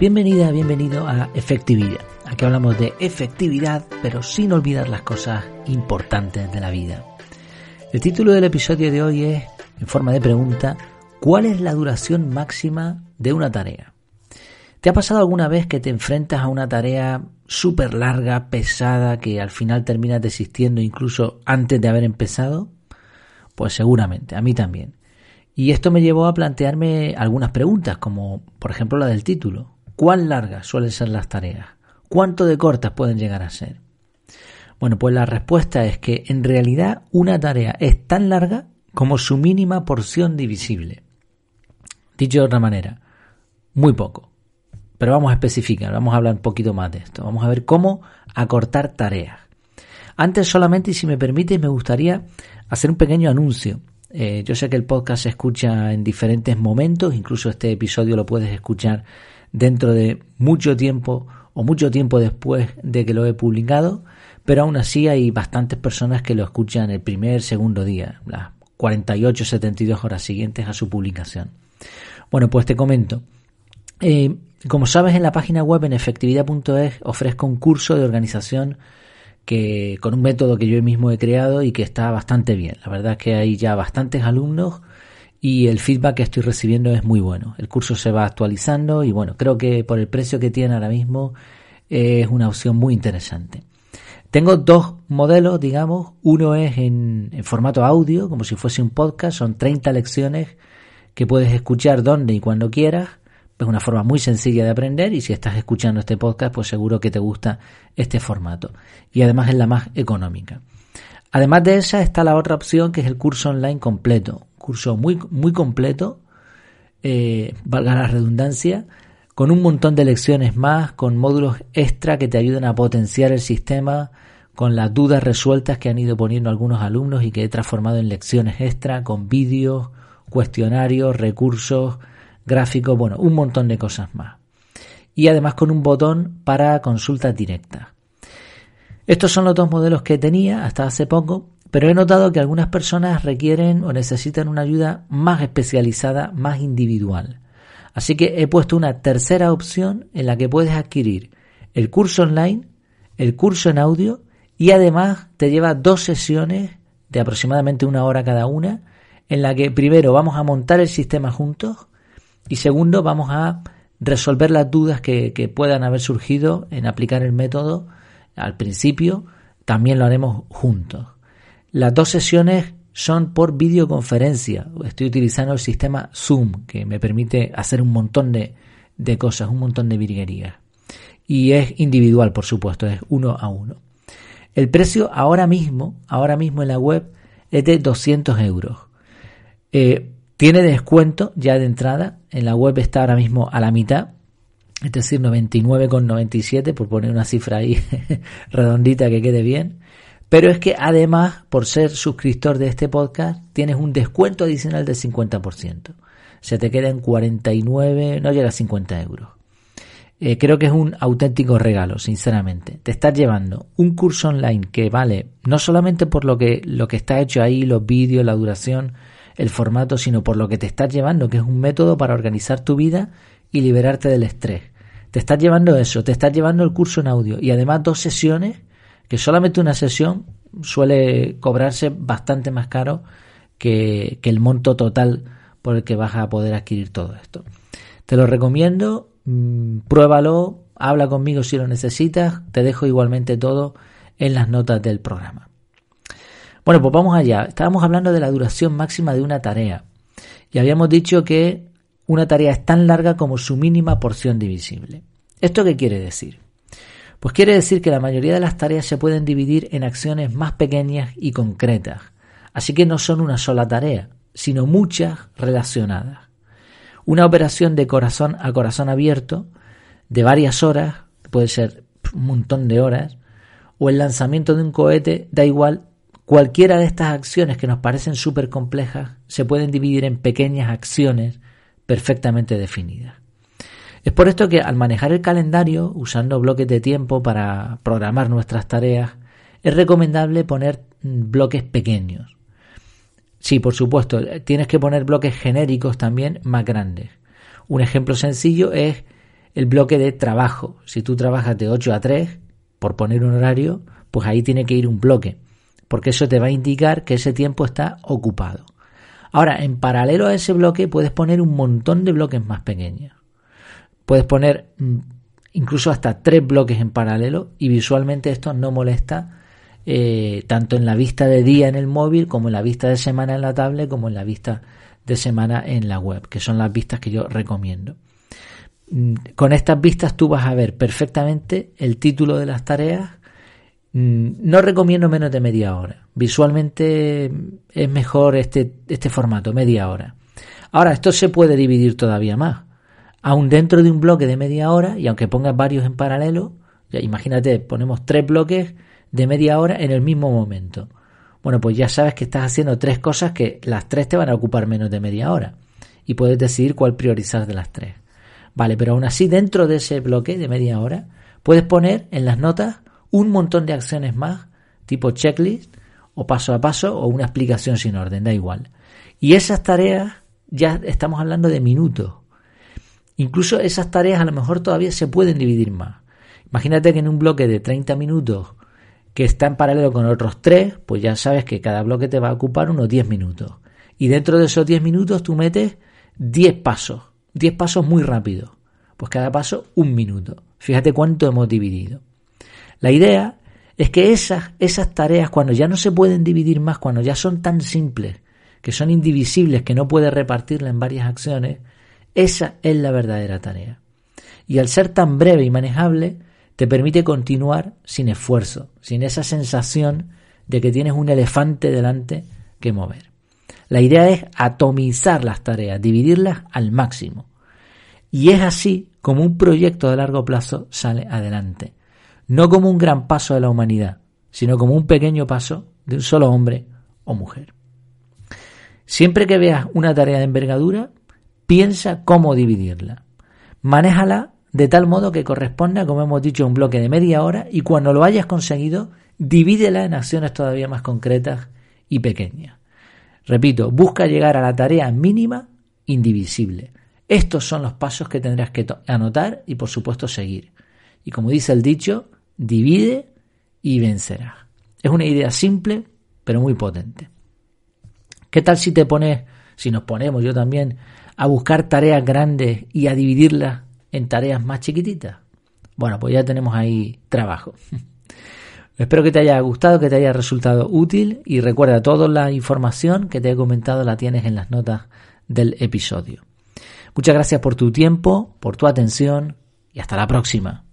Bienvenida, bienvenido a Efectividad. Aquí hablamos de efectividad, pero sin olvidar las cosas importantes de la vida. El título del episodio de hoy es, en forma de pregunta, ¿cuál es la duración máxima de una tarea? ¿Te ha pasado alguna vez que te enfrentas a una tarea súper larga, pesada, que al final terminas desistiendo incluso antes de haber empezado? Pues seguramente, a mí también. Y esto me llevó a plantearme algunas preguntas, como por ejemplo la del título. ¿Cuán largas suelen ser las tareas? ¿Cuánto de cortas pueden llegar a ser? Bueno, pues la respuesta es que en realidad una tarea es tan larga como su mínima porción divisible. Dicho de otra manera, muy poco. Pero vamos a especificar, vamos a hablar un poquito más de esto. Vamos a ver cómo acortar tareas. Antes solamente, y si me permite, me gustaría hacer un pequeño anuncio. Yo sé que el podcast se escucha en diferentes momentos, incluso este episodio lo puedes escuchar dentro de mucho tiempo o mucho tiempo después de que lo he publicado, pero aún así hay bastantes personas que lo escuchan el primer, segundo día, las 48, 72 horas siguientes a su publicación. Bueno, pues te comento. Como sabes, en la página web en efectividad.es ofrezco un curso de organización que con un método que yo mismo he creado y que está bastante bien. La verdad es que hay ya bastantes alumnos y el feedback que estoy recibiendo es muy bueno. El curso se va actualizando y bueno, creo que por el precio que tiene ahora mismo es una opción muy interesante. Tengo dos modelos, digamos. Uno es en formato audio, como si fuese un podcast. Son 30 lecciones que puedes escuchar donde y cuando quieras. Es una forma muy sencilla de aprender y si estás escuchando este podcast, pues seguro que te gusta este formato. Y además es la más económica. Además de esa está la otra opción que es el curso online completo. Curso muy completo, valga la redundancia, con un montón de lecciones más, con módulos extra que te ayudan a potenciar el sistema, con las dudas resueltas que han ido poniendo algunos alumnos y que he transformado en lecciones extra, con vídeos, cuestionarios, recursos, gráficos, bueno, un montón de cosas más. Y además con un botón para consultas directas. Estos son los dos modelos que tenía hasta hace poco, pero he notado que algunas personas requieren o necesitan una ayuda más especializada, más individual. Así que he puesto una tercera opción en la que puedes adquirir el curso online, el curso en audio y además te lleva 2 sesiones de aproximadamente 1 hora cada una, en la que primero vamos a montar el sistema juntos y segundo vamos a resolver las dudas que puedan haber surgido en aplicar el método al principio. También lo haremos juntos. Las 2 sesiones son por videoconferencia. Estoy utilizando el sistema Zoom, que me permite hacer un montón de cosas, un montón de virguerías. Y es individual, por supuesto, es 1 a 1. El precio ahora mismo en la web es de 200 euros. Tiene descuento ya de entrada. En la web está ahora mismo a la mitad, es decir, 99,97, por poner una cifra ahí redondita que quede bien. Pero es que además, por ser suscriptor de este podcast, tienes un descuento adicional del 50%. Se te queda en 49, no llega a 50 euros. Creo que es un auténtico regalo, sinceramente. Te estás llevando un curso online que vale no solamente por lo que está hecho ahí, los vídeos, la duración, el formato, sino por lo que te estás llevando, que es un método para organizar tu vida y liberarte del estrés. Te estás llevando eso, te estás llevando el curso en audio y además 2 sesiones, que solamente una sesión suele cobrarse bastante más caro que el monto total por el que vas a poder adquirir todo esto. Te lo recomiendo, pruébalo, habla conmigo si lo necesitas, te dejo igualmente todo en las notas del programa. Bueno, pues vamos allá. Estábamos hablando de la duración máxima de una tarea y habíamos dicho que una tarea es tan larga como su mínima porción divisible. ¿Esto qué quiere decir? Pues quiere decir que la mayoría de las tareas se pueden dividir en acciones más pequeñas y concretas. Así que no son una sola tarea, sino muchas relacionadas. Una operación de corazón a corazón abierto, de varias horas, puede ser un montón de horas, o el lanzamiento de un cohete, da igual. Cualquiera de estas acciones que nos parecen súper complejas se pueden dividir en pequeñas acciones perfectamente definidas. Es por esto que al manejar el calendario, usando bloques de tiempo para programar nuestras tareas, es recomendable poner bloques pequeños. Sí, por supuesto, tienes que poner bloques genéricos también más grandes. Un ejemplo sencillo es el bloque de trabajo. Si tú trabajas de 8 a 3, por poner un horario, pues ahí tiene que ir un bloque, porque eso te va a indicar que ese tiempo está ocupado. Ahora, en paralelo a ese bloque puedes poner un montón de bloques más pequeños. Puedes poner incluso hasta 3 bloques en paralelo y visualmente esto no molesta tanto en la vista de día en el móvil como en la vista de semana en la tablet como en la vista de semana en la web, que son las vistas que yo recomiendo. Con estas vistas tú vas a ver perfectamente el título de las tareas. No recomiendo menos de media hora. Visualmente es mejor este formato, media hora. Ahora, esto se puede dividir todavía más. Aún dentro de un bloque de media hora, y aunque pongas varios en paralelo, ya imagínate, ponemos 3 bloques de media hora en el mismo momento. Bueno, pues ya sabes que estás haciendo 3 cosas que las 3 te van a ocupar menos de media hora. Y puedes decidir cuál priorizar de las 3. Vale, pero aún así dentro de ese bloque de media hora puedes poner en las notas un montón de acciones más, tipo checklist o paso a paso o una explicación sin orden, da igual. Y esas tareas ya estamos hablando de minutos. Incluso esas tareas a lo mejor todavía se pueden dividir más. Imagínate que en un bloque de 30 minutos que está en paralelo con otros 3, pues ya sabes que cada bloque te va a ocupar unos 10 minutos. Y dentro de esos 10 minutos tú metes 10 pasos muy rápidos. Pues cada paso 1 minuto. Fíjate cuánto hemos dividido. La idea es que esas tareas, cuando ya no se pueden dividir más, cuando ya son tan simples, que son indivisibles, que no puedes repartirla en varias acciones, esa es la verdadera tarea. Y al ser tan breve y manejable, te permite continuar sin esfuerzo, sin esa sensación de que tienes un elefante delante que mover. La idea es atomizar las tareas, dividirlas al máximo. Y es así como un proyecto de largo plazo sale adelante. No como un gran paso de la humanidad, sino como un pequeño paso de un solo hombre o mujer. Siempre que veas una tarea de envergadura, piensa cómo dividirla. Manéjala de tal modo que corresponda, como hemos dicho, a un bloque de media hora y cuando lo hayas conseguido, divídela en acciones todavía más concretas y pequeñas. Repito, busca llegar a la tarea mínima indivisible. Estos son los pasos que tendrás que anotar y, por supuesto, seguir. Y como dice el dicho, divide y vencerás. Es una idea simple, pero muy potente. ¿Qué tal si nos ponemos, yo también, a buscar tareas grandes y a dividirlas en tareas más chiquititas? Bueno, pues ya tenemos ahí trabajo. Espero que te haya gustado, que te haya resultado útil y recuerda, toda la información que te he comentado la tienes en las notas del episodio. Muchas gracias por tu tiempo, por tu atención y hasta la próxima.